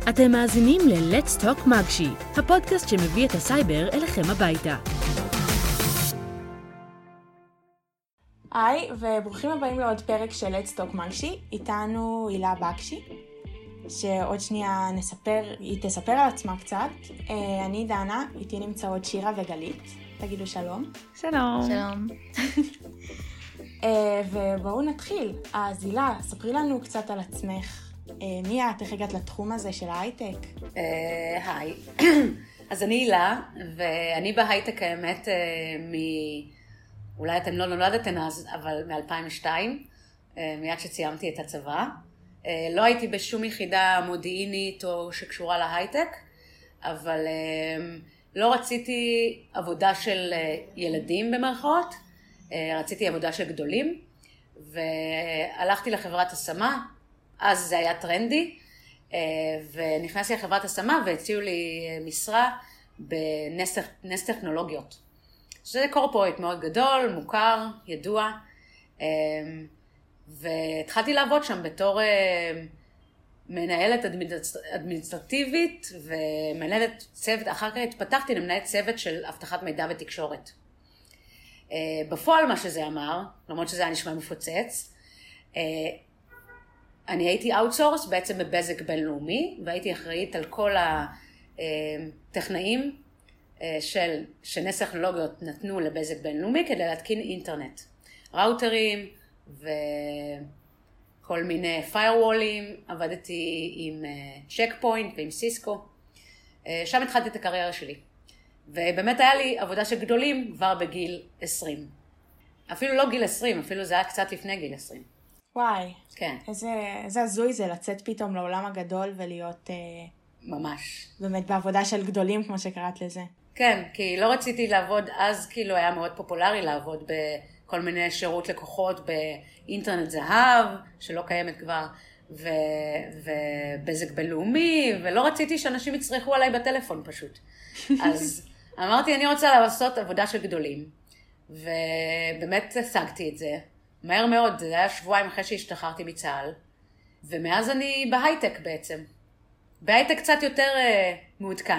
אתם מאזינים ל-Let's Talk מגשי, הפודקאסט שמביא את הסייבר אליכם הביתה. היי, וברוכים הבאים לעוד פרק של Let's Talk מגשי. איתנו הילה בקשי, שעוד שנייה היא תספר על עצמה קצת. אני דנה, איתי נמצאות שירה וגלית. תגידו שלום. שלום. שלום. ובואו נתחיל. אז הילה, ספרי לנו קצת על עצמך. מי את? איך הגעת לתחום הזה של ההייטק? היי. אז אני הילה, ואני בהייטק האמת אולי אתם לא נולדתם אז, אבל מ-2002, מיד שציימתי את הצבא. לא הייתי בשום יחידה מודיעינית או שקשורה להייטק, אבל לא רציתי עבודה של ילדים במרכאות, רציתי עבודה של גדולים, והלכתי לחברת השמה, אז זה היה טרנדי, ונכנסתי לחברת השמה והציעו לי משרה בנס טכנולוגיות. שזה קורפורט מאוד גדול, מוכר, ידוע, והתחלתי לעבוד שם בתור מנהלת אדמיניסטרטיבית ומנהלת צוות, אחר כך התפתחתי למנהלת צוות של אבטחת מידע ותקשורת. בפועל מה שזה אמר, למרות שזה היה נשמע מפוצץ, אני הייתי אאוטסורס בעצם בבזק בינלאומי, והייתי אחראית על כל הטכנאים שנס טכנולוגיות נתנו לבזק בינלאומי כדי להתקין אינטרנט. ראוטרים וכל מיני firewall'ים, עבדתי עם צ'ק פוינט ועם סיסקו. שם התחלתי את הקריירה שלי. ובאמת היה לי עבודה של גדולים כבר בגיל 20. אפילו לא גיל 20, אפילו זה היה קצת לפני גיל 20. וואי. כן. איזה הזוי זה לצאת פתאום לעולם הגדול ולהיות ממש. באמת בעבודה של גדולים כמו שקראת לזה. כן, כי לא רציתי לעבוד, אז כאילו היה מאוד פופולרי לעבוד בכל מיני שירות לקוחות באינטרנט זהב, שלא קיימת כבר, ובזק בינלאומי, ולא רציתי שאנשים יצרכו עליי בטלפון פשוט. אז אמרתי, אני רוצה לעשות עבודה של גדולים, ובאמת השגתי את זה. מהר מאוד, זה היה שבועיים אחרי שהשתחררתי מצה"ל, ומאז אני בהייטק בעצם. בהייטק קצת יותר מעודכן.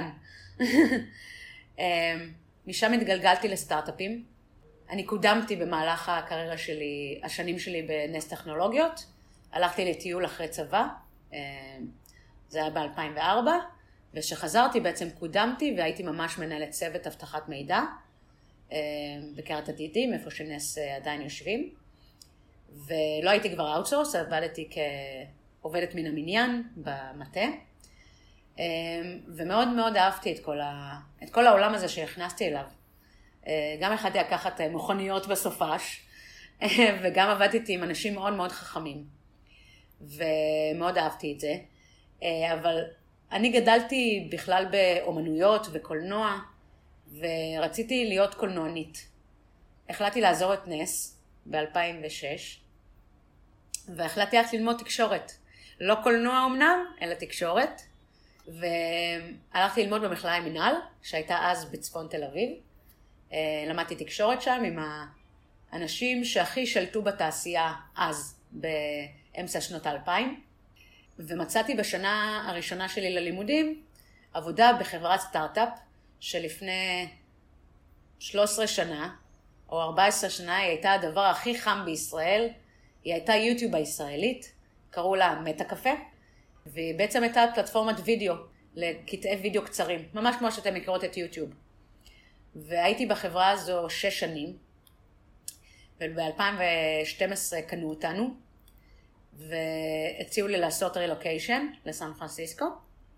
משם התגלגלתי לסטארט-אפים. אני קודמתי במהלך הקריירה שלי, השנים שלי בנס טכנולוגיות. הלכתי לטיול אחרי צבא, זה היה ב-2004, ושחזרתי בעצם קודמתי והייתי ממש מנהלת צוות אבטחת מידע, בקריית עתידים, איפה שנס עדיין יושבים. ולא הייתי כבר אאוטסורס, עבדתי כעובדת מן המניין במטה. ומאוד מאוד אהבתי את כל העולם הזה שהכנסתי אליו. גם יכלתי לקחת מכוניות בסופש, וגם עבדתי עם אנשים מאוד מאוד חכמים. ומאוד אהבתי את זה. אבל אני גדלתי בכלל באומנויות וקולנוע, ורציתי להיות קולנוענית. החלטתי לעזור את נס ב-2006, והחלטתי אז ללמוד תקשורת. לא קולנוע אמנם, אלא תקשורת. והלכתי ללמוד במכללה מינהל, שהייתה אז בצפון תל אביב. למדתי תקשורת שם עם האנשים שהכי שלטו בתעשייה אז, באמצע שנות ה-2000. ומצאתי בשנה הראשונה שלי ללימודים, עבודה בחברת סטארט-אפ, שלפני 13 שנה, או 14 שנה, היא הייתה הדבר הכי חם בישראל. היא הייתה יוטיוב הישראלית, קראו לה מטה קפה. והיא בעצם הייתה פלטפורמת וידאו, לקטעי וידאו קצרים, ממש כמו שאתם מכירות את יוטיוב. והייתי בחברה הזו 6 שנים, וב-2012 קנו אותנו, והציעו לי לעשות רילוקיישן לסן פרנסיסקו,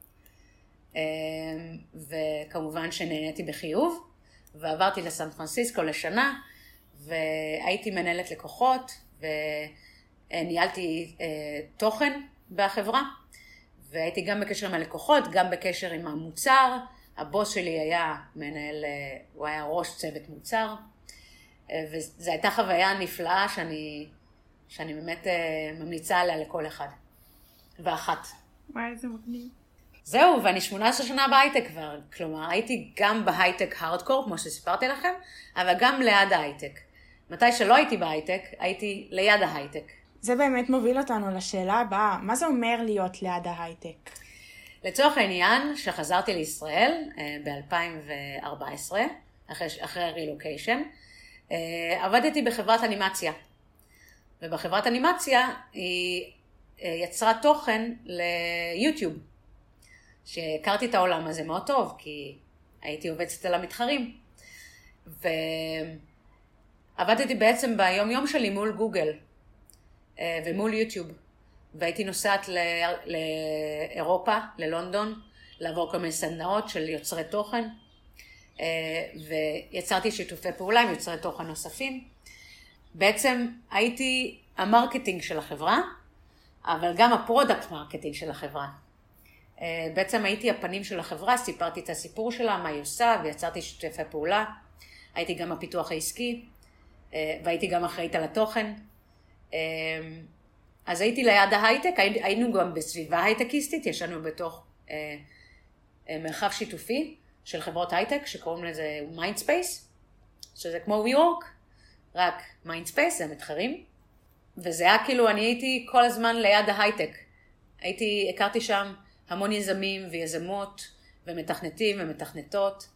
וכמובן שנהניתי בחיוב, ועברתי לסן פרנסיסקו לשנה, והייתי מנהלת לקוחות, וניהלתי תוכן בחברה, והייתי גם בקשר עם הלקוחות, גם בקשר עם המוצר. הבוס שלי היה מנהל, הוא היה ראש צוות מוצר, וזו הייתה חוויה נפלאה שאני באמת ממליצה עליה לכל אחד ואחת. וואי, איזה מגניב. זהו, ואני 18 שנה בהייטק כבר, כלומר הייתי גם בהייטק הארדקור, כמו שסיפרתי לכם, אבל גם ליד ההייטק. מתי שלא הייתי בהייטק, הייתי ליד ההייטק. זה באמת מוביל אותנו לשאלה הבאה, מה זה אומר להיות ליד ההייטק? לצורך העניין, שחזרתי לישראל ב-2014, אחרי הרילוקיישן, עבדתי בחברת אנימציה. ובחברת אנימציה היא יצרה תוכן ליוטיוב, שהכרתי את העולם הזה מאוד טוב, כי הייתי עובדת אצל המתחרים. ועבדתי בעצם ביום יום שלי מול גוגל ומול יוטיוב. והייתי נוסעת לאירופה, ללונדון, לעבור כל מיני סדנאות של יוצרי תוכן, ויצרתי שיתופי פעולה עם יוצרי תוכן נוספים. בעצם הייתי המרקטינג של החברה, אבל גם הפרודקט מרקטינג של החברה. בעצם הייתי הפנים של החברה, סיפרתי את הסיפור שלה, מה היא עושה, ויצרתי שיתופי פעולה. הייתי גם הפיתוח העסקי, והייתי גם אחראית על התוכן. אז הייתי ליד ההייטק, היינו גם בסביבה הייטקיסטית, יש לנו בתוך מרחב שיתופי של חברות הייטק, שקוראים לזה מיינדספייס, שזה כמו WeWork, רק מיינדספייס, זה המתחרים. וזה היה כאילו, אני הייתי כל הזמן ליד ההייטק. הכרתי שם המון יזמים ויזמות, ומתכנתים ומתכנתות,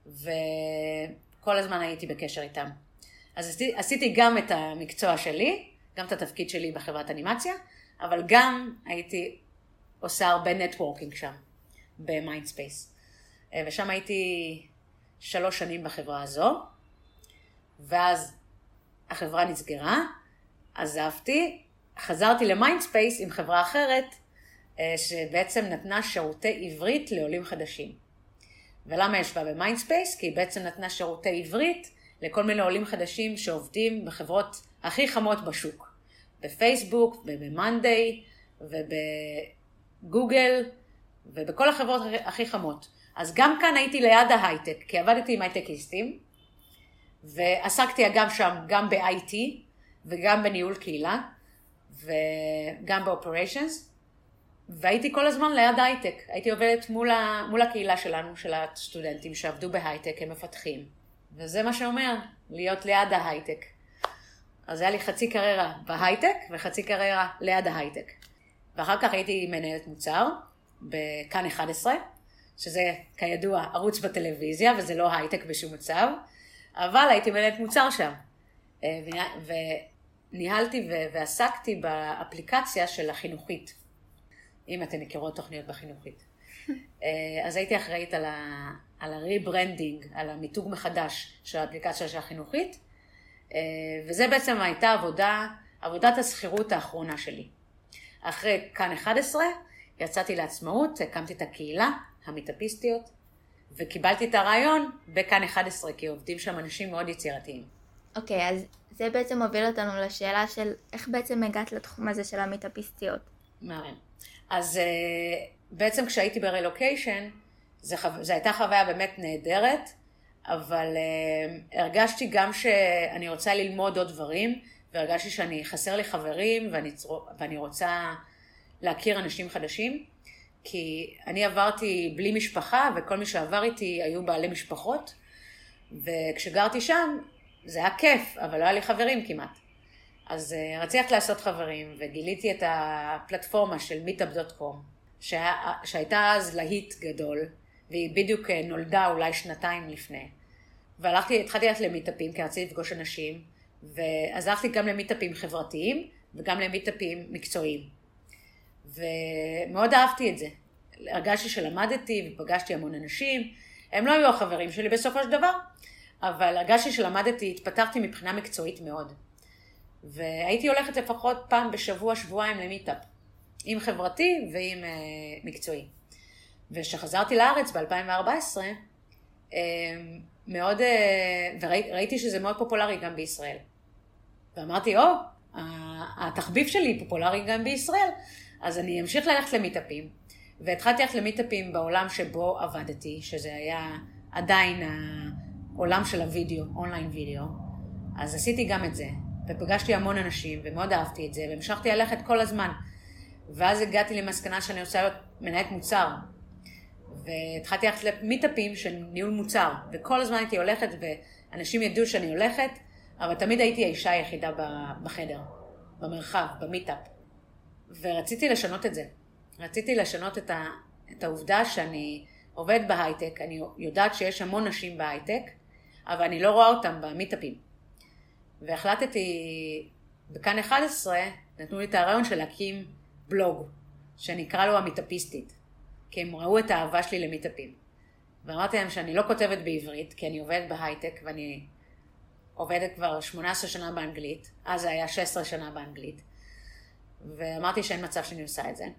וכל הזמן הייתי בקשר איתם. אז עשיתי גם את המקצוע שלי, גם את התפקיד שלי בחברת אנימציה, אבל גם הייתי עושה הרבה נטוורקינג שם, במיינדספייס. ושם הייתי 3 שנים בחברה הזו, ואז החברה נסגרה, עזבתי, חזרתי למיינדספייס עם חברה אחרת, שבעצם נתנה שירותי עברית לעולים חדשים. ולמה ישבה במיינדספייס? כי היא בעצם נתנה שירותי עברית לכל מיני עולים חדשים שעובדים בחברות הכי חמות בשוק. בפייסבוק, ובמנדיי, ובגוגל, ובכל החברות הכי חמות. אז גם כאן הייתי ליד ההייטק, כי עבדתי עם הייטקיסטים, ועסקתי גם שם, גם ב-IT, וגם בניהול קהילה, וגם באופריישנס, והייתי כל הזמן ליד הייטק. הייתי עובדת מול הקהילה שלנו, של הסטודנטים שעבדו בהייטק, הם מפתחים. וזה מה שאומר, להיות ליד ההייטק. אז היה לי חצי קריירה בהייטק, וחצי קריירה ליד ההייטק. ואחר כך הייתי מנהלת מוצר, בכאן 11, שזה כידוע ערוץ בטלוויזיה, וזה לא הייטק בשום מצב, אבל הייתי מנהלת מוצר שם. וניהלתי ועסקתי באפליקציה של החינוכית, אם אתן מכירות תוכניות בחינוכית. אז הייתי אחראית על הריברנדינג, על המיתוג מחדש של האפליקציה של החינוכית, וזה בעצם הייתה עבודת השכירות האחרונה שלי. אחרי כאן 11, יצאתי לעצמאות, הקמתי את הקהילה, המיטאפיסטיות, וקיבלתי את הרעיון בכאן 11, כי עובדים שם אנשים מאוד יצירתיים. אוקיי, אז זה בעצם מוביל אותנו לשאלה של איך בעצם הגעת לתחום הזה של המיטאפיסטיות. מעניין. אז בעצם כשהייתי ברילוקיישן, זו הייתה חוויה באמת נהדרת, אבל הרגשתי גם שאני רוצה ללמוד עוד דברים, והרגשתי שאני חסר לי חברים, ואני רוצה להכיר אנשים חדשים, כי אני עברתי בלי משפחה, וכל מי שעבר איתי היו בעלי משפחות, וכשגרתי שם זה היה כיף, אבל לא היה לי חברים כמעט. אז רציתי לעשות חברים, וגיליתי את הפלטפורמה של meetup.com, שהייתה אז להיט גדול, והיא בדיוק נולדה אולי 2 לפני. התחלתי ללכת למיטאפים, כי רציתי לפגוש אנשים, ואז הלכתי גם למיטאפים חברתיים, וגם למיטאפים מקצועיים. ומאוד אהבתי את זה. הרגשתי שלמדתי ופגשתי המון אנשים, הם לא היו החברים שלי בסופו של דבר, אבל הרגשתי שלמדתי, התפתחתי מבחינה מקצועית מאוד. והייתי הולכת לפחות פעם בשבוע, שבועיים למיטאפ, עם חברתי ועם מקצועי. ושחזרתי לארץ ב-2014, וראיתי שזה מאוד פופולרי גם בישראל. ואמרתי, התחביב שלי פופולרי גם בישראל, אז אני אמשיך ללכת למיטאפים. והתחלתי ללכת למיטאפים בעולם שבו עבדתי, שזה היה עדיין העולם של הוידאו, אונליין וידאו. אז עשיתי גם את זה, ופגשתי המון אנשים, ומאוד אהבתי את זה, והמשכתי ללכת כל הזמן. ואז הגעתי למסקנה שאני רוצה להיות מנהלת מוצר. והתחלתי ללכת למיטאפים של ניהול מוצר, וכל הזמן הייתי הולכת, ואנשים ידעו שאני הולכת, אבל תמיד הייתי האישה היחידה בחדר, במרחב, במיטאפ. ורציתי לשנות את זה. רציתי לשנות את העובדה שאני עובדת בהייטק, אני יודעת שיש המון נשים בהייטק, אבל אני לא רואה אותם במיטאפים. והחלטתי, בכאן 11, נתנו לי את הרעיון של להקים בלוג, שנקרא לו המיטאפיסטית, כי הם ראו את האהבה שלי למיטאפים. ואמרתי להם שאני לא כותבת בעברית, כי אני עובדת בהייטק, ואני עובדת כבר 18 שנה באנגלית, אז זה היה 16 שנה באנגלית, ואמרתי שאין מצב שאני עושה את זה.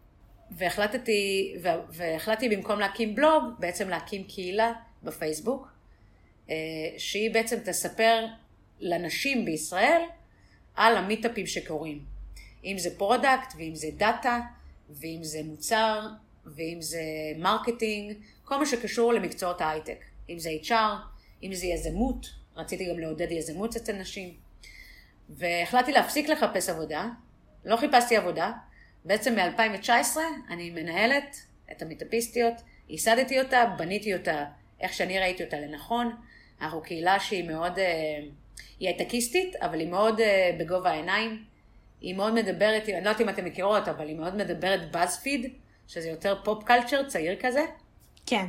והחלטתי במקום להקים בלוג, בעצם להקים קהילה בפייסבוק, שהיא בעצם תספר לנשים בישראל על המיטאפים שקורים. אם זה פרודקט, ואם זה דאטה, ואם זה מוצר, ואם זה מרקטינג, כל מה שקשור למקצועות ההייטק. אם זה HR, אם זה יזמות, רציתי גם לעודד יזמות אצל נשים. והחלטתי להפסיק לחפש עבודה, לא חיפשתי עבודה, בעצם מ-2019 אני מנהלת את המיטאפיסטיות, ייסדתי אותה, בניתי אותה איך שאני ראיתי אותה לנכון. אנחנו קהילה שהיא מאוד, היא הייטקיסטית, אבל היא מאוד בגובה העיניים. היא מאוד מדברת, אני לא יודעת אם אתם מכירות, אבל היא מאוד מדברת בזפיד, שזה יותר פופ קלצ'ר, צעיר כזה. כן.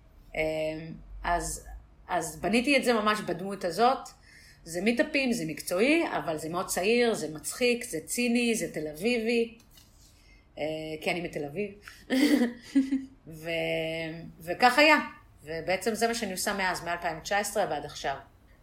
אז בניתי את זה ממש בדמות הזאת. זה מיטאפים, זה מקצועי, אבל זה מאוד צעיר, זה מצחיק, זה ציני, זה תל אביבי. כי אני מתל אביב. וכך היה. ובעצם זה מה שאני עושה מאז, מ-2019 ועד עכשיו.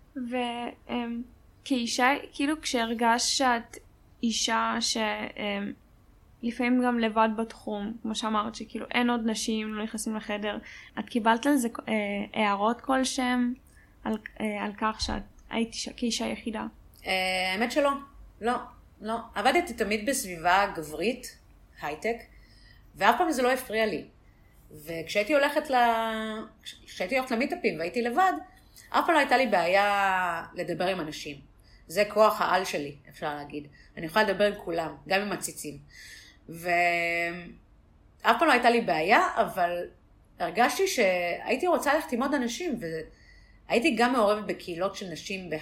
וכאישה, כאילו כשהרגשת שאת אישה שלפעמים גם לבד בתחום, כמו שאמרת, שכאילו אין עוד נשים, לא נכנסים לחדר, את קיבלת על זה הערות כלשהם על כך שאת היית כאישה יחידה? האמת שלא. לא. עבדתי תמיד בסביבה גברית, הייטק, ואף פעם זה לא הפריע לי. וכשהייתי הולכת למיטאפים והייתי לבד, אף פעם לא הייתה לי בעיה לדבר עם אנשים. זה כוח העל שלי, אפשר להגיד. אני יכולה לדבר עם כולם, גם עם הציצים. ואף פעם לא הייתה לי בעיה, אבל הרגשתי שהייתי רוצה ללכת עם עוד אנשים, והייתי גם מעורבת בקהילות של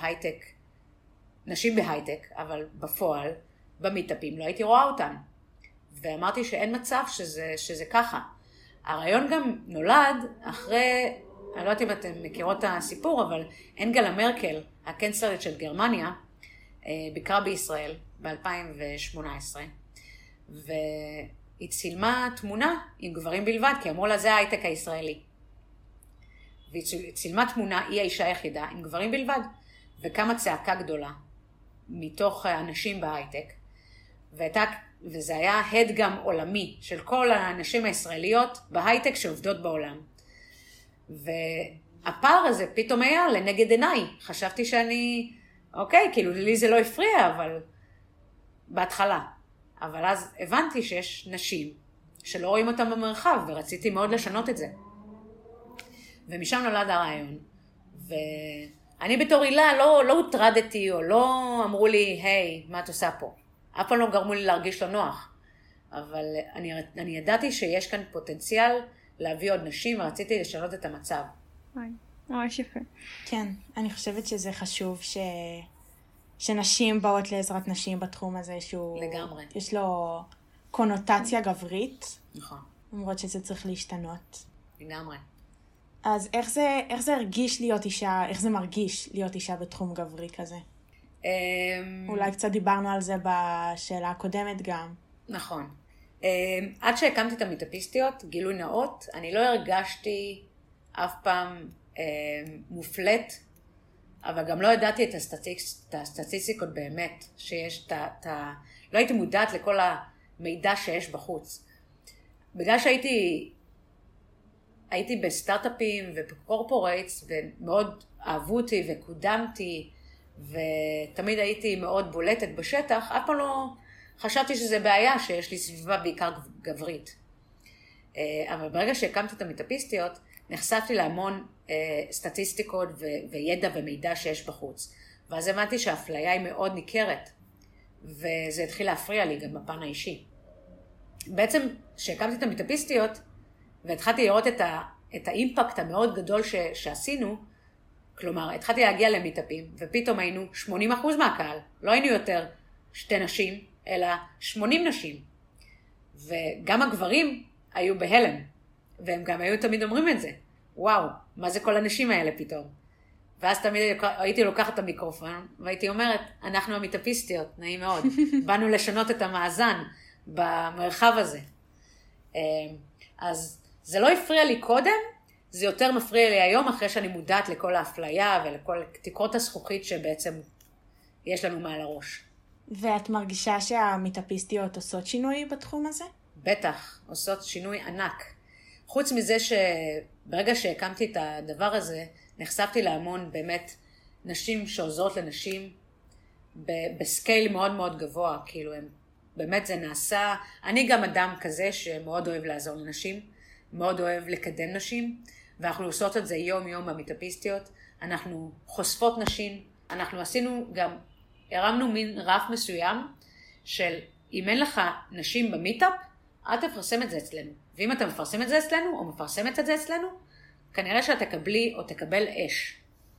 נשים בהייטק, אבל בפועל, במיטאפים, לא הייתי רואה אותן. ואמרתי שאין מצב שזה ככה. הרעיון גם נולד אחרי, אני לא יודעת אם אתם מכירות את הסיפור, אבל אנגלה מרקל, הקנצלרית של גרמניה, ביקרה בישראל ב-2018, והיא צילמה תמונה עם גברים בלבד, כי אמרו לה זה ההייטק הישראלי. והיא צילמה תמונה, היא האישה היחידה, עם גברים בלבד, וקמה צעקה גדולה מתוך אנשים בהייטק, וזה היה הד גם עולמי של כל הנשים הישראליות בהייטק שעובדות בעולם. והפער הזה פתאום היה לנגד עיניי. חשבתי שאני, כאילו לי זה לא הפריע, אבל בהתחלה. אבל אז הבנתי שיש נשים שלא רואים אותם במרחב, ורציתי מאוד לשנות את זה. ומשם נולד הרעיון. ואני בתור הילה לא הוטרדתי, או לא אמרו לי, היי, מה את עושה פה? אף פעם לא גרמו לי להרגיש לא נוח. אבל אני ידעתי שיש כאן פוטנציאל להביא עוד נשים, ורציתי לשנות את המצב. ממש יפה. כן, אני חושבת שזה חשוב שנשים באות לעזרת נשים בתחום הזה, שהוא לגמרי. יש לו קונוטציה גברית. נכון. למרות שזה צריך להשתנות. לגמרי. אז איך זה הרגיש להיות אישה, איך זה מרגיש להיות אישה בתחום גברי כזה? אולי קצת דיברנו על זה בשאלה הקודמת גם. נכון. עד שהקמתי את המיטאפיסטיות, גילוי נאות, אני לא הרגשתי אף פעם מופלט, אבל גם לא ידעתי את הסטטיסטיקות באמת, שיש לא הייתי מודעת לכל המידע שיש בחוץ. בגלל שהייתי בסטארט-אפים ובקורפורייטס, ומאוד אהבו אותי וקודמתי, ותמיד הייתי מאוד בולטת בשטח, אף פעם לא חשבתי שזה בעיה שיש לי סביבה בעיקר גברית. אבל ברגע שהקמתי את המיטאפיסטיות, נחשפתי להמון סטטיסטיקות וידע ומידע שיש בחוץ. ואז הבנתי שהאפליה היא מאוד ניכרת, וזה התחיל להפריע לי גם בפן האישי. בעצם כשהקמתי את המיטאפיסטיות, והתחלתי לראות את האימפקט המאוד גדול שעשינו, כלומר, התחלתי להגיע למיטאפים, ופתאום היינו 80% מהקהל. לא היינו יותר 2 נשים, אלא 80 נשים. וגם הגברים היו בהלם. והם גם היו תמיד אומרים את זה. וואו, מה זה כל הנשים האלה פתאום? ואז תמיד הייתי לוקחת את המיקרופון, והייתי אומרת, אנחנו המיטאפיסטיות, נעים מאוד. באנו לשנות את המאזן במרחב הזה. אז זה לא הפריע לי קודם, זה יותר מפריע לי היום, אחרי שאני מודעת לכל האפליה ולכל תקרות הזכוכית שבעצם יש לנו מעל הראש. ואת מרגישה שהמיטאפיסטיות עושות שינוי בתחום הזה? בטח, עושות שינוי ענק. חוץ מזה שברגע שהקמתי את הדבר הזה, נחשפתי להמון באמת נשים שעוזרות לנשים בסקייל מאוד מאוד גבוה, כאילו הם, באמת זה נעשה, אני גם אדם כזה שמאוד אוהב לעזור לנשים, מאוד אוהב לקדם נשים, ואנחנו עושות את זה יום יום במיטאפיסטיות, אנחנו חושפות נשים, אנחנו עשינו גם, הרמנו מין רף מסוים של אם אין לך נשים במיטאפ, אל תפרסם את זה אצלנו. ואם אתה מפרסם את זה אצלנו, או מפרסמת את זה אצלנו, כנראה שאתה תקבלי או תקבל אש.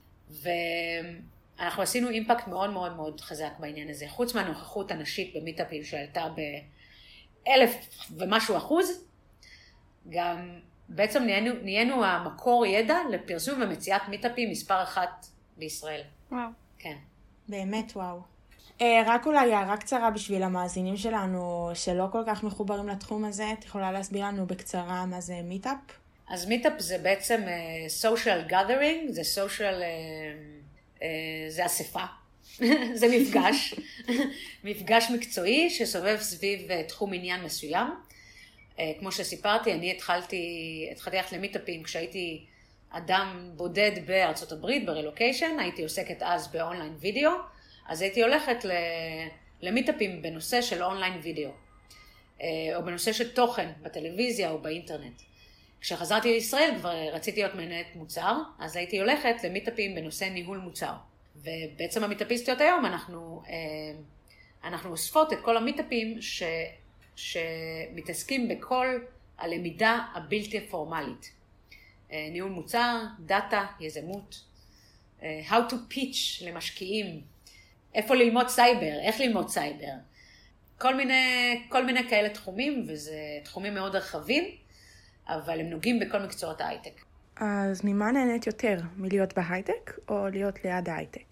ואנחנו עשינו אימפקט מאוד מאוד מאוד חזק בעניין הזה. חוץ מהנוכחות הנשית במיטאפים שעלתה ב1,000 ומשהו אחוז, גם בעצם נהיינו המקור ידע לפרסום ומציאת מיטאפים מספר 1 בישראל. וואו. כן. באמת וואו. רק אולי הערה קצרה בשביל המאזינים שלנו שלא כל כך מחוברים לתחום הזה, את יכולה להסביר לנו בקצרה מה זה מיטאפ? אז מיטאפ זה בעצם social gathering, זה social, זה אספה, זה מפגש, מפגש מקצועי שסובב סביב תחום עניין מסוים. כמו שסיפרתי, אני התחלתי ללכת למיטאפים כשהייתי אדם בודד בארצות הברית, ברלוקיישן, הייתי עוסקת אז באונליין וידאו, אז הייתי הולכת למיטאפים בנושא של אונליין וידאו, או בנושא של תוכן בטלוויזיה או באינטרנט. כשחזרתי לישראל כבר רציתי להיות מנהלת מוצר, אז הייתי הולכת למיטאפים בנושא ניהול מוצר. ובעצם המיטאפיסטיות היום אנחנו אוספות את כל המיטאפים שמתעסקים בכל הלמידה הבלתי פורמלית. ניהול מוצר, דאטה, יזמות, how to pitch למשקיעים, איפה ללמוד סייבר, איך ללמוד סייבר. כל מיני כאלה תחומים, וזה תחומים מאוד רחבים, אבל הם נוגעים בכל מקצועות ההייטק. אז ממה נהנית יותר? מלהיות בהייטק או להיות ליד ההייטק?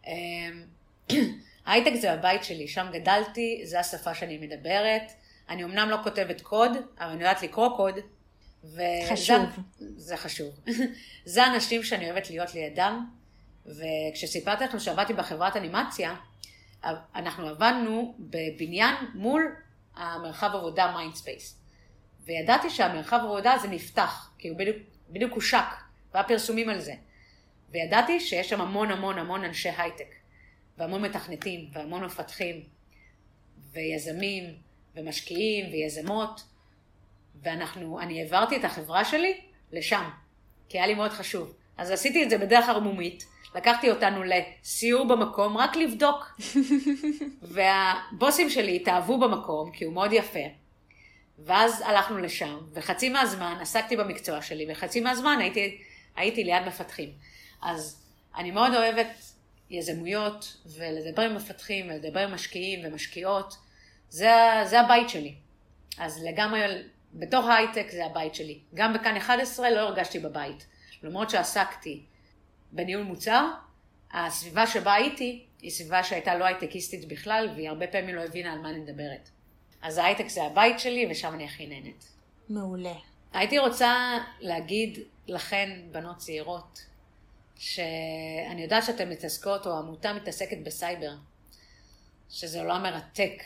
ההייטק זה הבית שלי, שם גדלתי, זה השפה שאני מדברת. אני אמנם לא כותבת קוד, אבל אני יודעת לקרוא קוד. חשוב. זה חשוב. זה אנשים שאני אוהבת להיות לידם, וכשסיפרתי לכם שעבדתי בחברת אנימציה, אנחנו עבדנו בבניין מול המרחב עבודה מיינדספייס. וידעתי שהמרחב עבודה זה נפתח, כי הוא בדיוק הושק, והיה פרסומים על זה. וידעתי שיש שם המון אנשי הייטק, והמון מתכנתים, והמון מפתחים, ויזמים, ומשקיעים, ויזמות, אני העברתי את החברה שלי לשם, כי היה לי מאוד חשוב. אז עשיתי את זה בדרך ערמומית, לקחתי אותנו לסיור במקום, רק לבדוק. והבוסים שלי התאהבו במקום, כי הוא מאוד יפה. ואז הלכנו לשם, וחצי מהזמן עסקתי במקצוע שלי, וחצי מהזמן הייתי ליד מפתחים. אז אני מאוד אוהבת יזמויות, ולדבר עם מפתחים, ולדבר עם משקיעים ומשקיעות. זה הבית שלי. אז לגמרי, בתור הייטק זה הבית שלי. גם בכאן 11 לא הרגשתי בבית. למרות שעסקתי בניהול מוצר, הסביבה שבה הייתי, היא סביבה שהייתה לא הייטקיסטית בכלל, והיא הרבה פעמים לא הבינה על מה אני מדברת. אז ההייטק זה הבית שלי, ושם אני הכי נהנית. מעולה. הייתי רוצה להגיד לכן, בנות צעירות, שאני יודעת שאתן מתעסקות, או העמותה מתעסקת בסייבר, שזה עולם מרתק.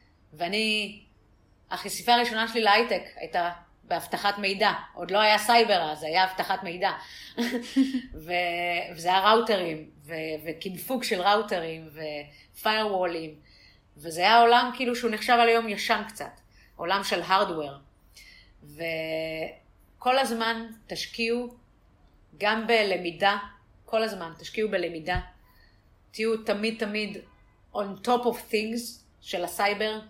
החשיפה הראשונה שלי להייטק הייתה בהבטחת מידע. עוד לא היה סייבר, אז היה הבטחת מידע. וזה היה ראוטרים, וכנפוג של ראוטרים, ופיירוולים. וזה היה עולם כאילו שהוא נחשב על היום ישן קצת. עולם של הרדוור. וכל הזמן תשקיעו גם בלמידה, כל הזמן תשקיעו בלמידה. תהיו תמיד on top of things של הסייבר.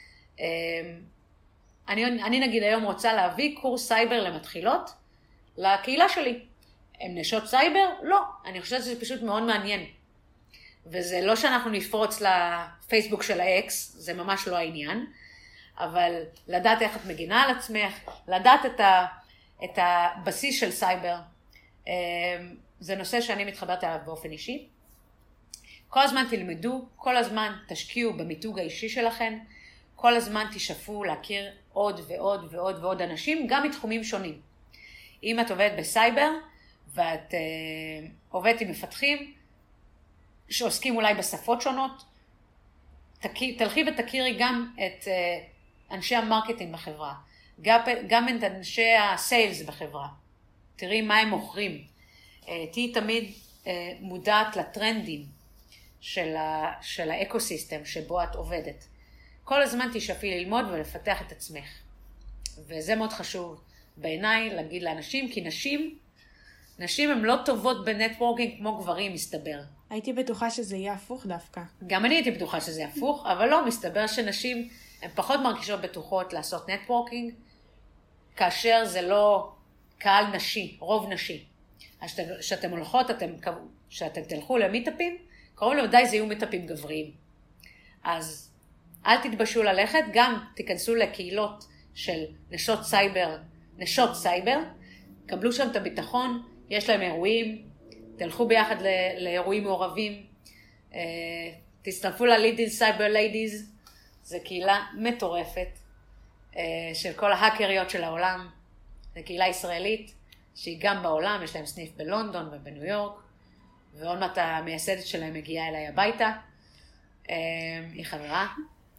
אני נגיד היום רוצה להביא קורס סייבר למתחילות לקהילה שלי. הם נשות סייבר? לא. אני חושבת שזה פשוט מאוד מעניין. וזה לא שאנחנו נפרוץ לפייסבוק של האקס, זה ממש לא העניין. אבל לדעת איך את מגינה על עצמך, לדעת את הבסיס של סייבר. זה נושא שאני מתחברת עליו באופן אישי. כל הזמן תלמדו, כל הזמן תשקיעו במיתוג האישי שלכם, כל הזמן תשאפו להכיר עוד ועוד ועוד ועוד אנשים, גם מתחומים שונים. אם את עובדת בסייבר, ואת עובדת עם מפתחים, שעוסקים אולי בשפות שונות, תלכי ותכירי גם את אנשי המרקטינג בחברה, גם את אנשי הסיילס בחברה. תראי מה הם מוכרים. תהי תמיד מודעת לטרנדים של האקוסיסטם שבו את עובדת. כל הזמן תשאפי ללמוד ולפתח את עצמך. וזה מאוד חשוב בעיניי להגיד לאנשים, כי נשים הן לא טובות בנטוורקינג כמו גברים, מסתבר. הייתי בטוחה שזה יהיה הפוך דווקא. גם אני הייתי בטוחה שזה הפוך, אבל לא, מסתבר שנשים הן פחות מרגישות בטוחות לעשות נטוורקינג, כאשר זה לא קהל נשי, רוב נשי. אז שאתם הולכות, שאתם תלכו למיטאפים, קרוב לוודאי זה יהיו מיטאפים גבריים. אז אל תתבשו ללכת, גם תיכנסו לקהילות של נשות סייבר, קבלו שם את הביטחון, יש להם אירועים, תלכו ביחד לאירועים מעורבים, תצטרפו ל-Leading Cyber Ladies, זו קהילה מטורפת של כל ההאקריות של העולם, זו קהילה ישראלית שהיא גם בעולם, יש להם סניף בלונדון ובניו יורק, ועוד מעט המייסדת שלהם מגיעה אליי הביתה, היא חברה,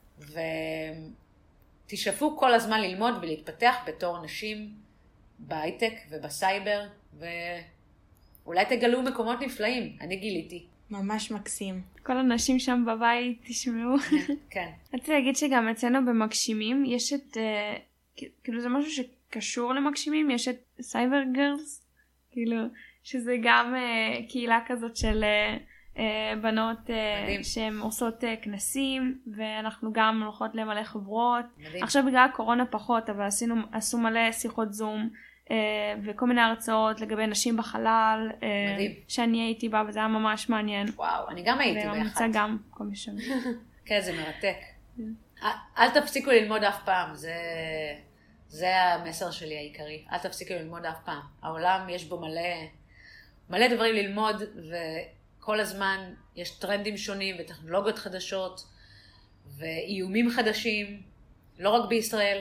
ותשאפו כל הזמן ללמוד ולהתפתח בתור נשים בהייטק ובסייבר, ואולי תגלו מקומות נפלאים, אני גיליתי. ממש מקסים. כל הנשים שם בבית, תשמעו. כן. רציתי להגיד שגם אצלנו במגשימים, יש את, כאילו זה משהו שקשור למגשימים, יש את סייבר גרלס, כאילו, שזה גם קהילה כזאת של בנות שהן עושות כנסים, ואנחנו גם הולכות למלא חברות. מדהים. עכשיו בגלל הקורונה פחות, אבל עשו מלא שיחות זום, וכל מיני הרצאות לגבי נשים בחלל, שאני הייתי בה, וזה היה ממש מעניין. וואו, אני גם הייתי באחת. וממצא גם כל מי שם. כן, זה מרתק. אל תפסיקו ללמוד אף פעם, זה המסר שלי העיקרי. אל תפסיקו ללמוד אף פעם. העולם יש בו מלא דברים ללמוד, וכל הזמן יש טרנדים שונים וטכנולוגיות חדשות, ואיומים חדשים, לא רק בישראל,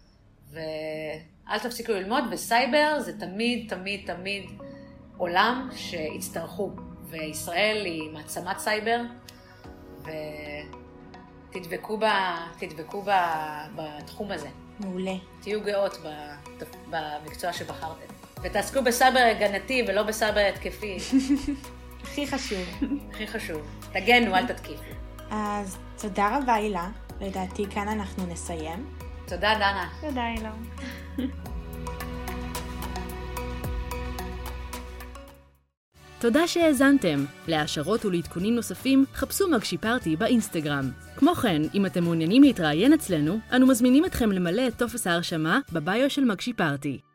אל תפסיקו ללמוד, וסייבר זה תמיד, תמיד, תמיד עולם שהצטרכו. וישראל היא מעצמת סייבר, ותדבקו בתחום הזה. מעולה. תהיו גאות במקצוע שבחרתם. ותעסקו בסייבר הגנתי ולא בסייבר התקפי. הכי חשוב. הכי חשוב. תגנו, אל תתקיפו. אז תודה רבה הילה. לדעתי כאן אנחנו נסיים. תודה דנה. תודה הילה. תודה שהאזנתם. להעשרות ולעדכונים נוספים, חפשו מגשי פארטי באינסטגרם. כמו כן, אם אתם מעוניינים להתראיין אצלנו, אנו מזמינים אתכם למלא את טופס ההרשמה בביו של מגשי פארטי.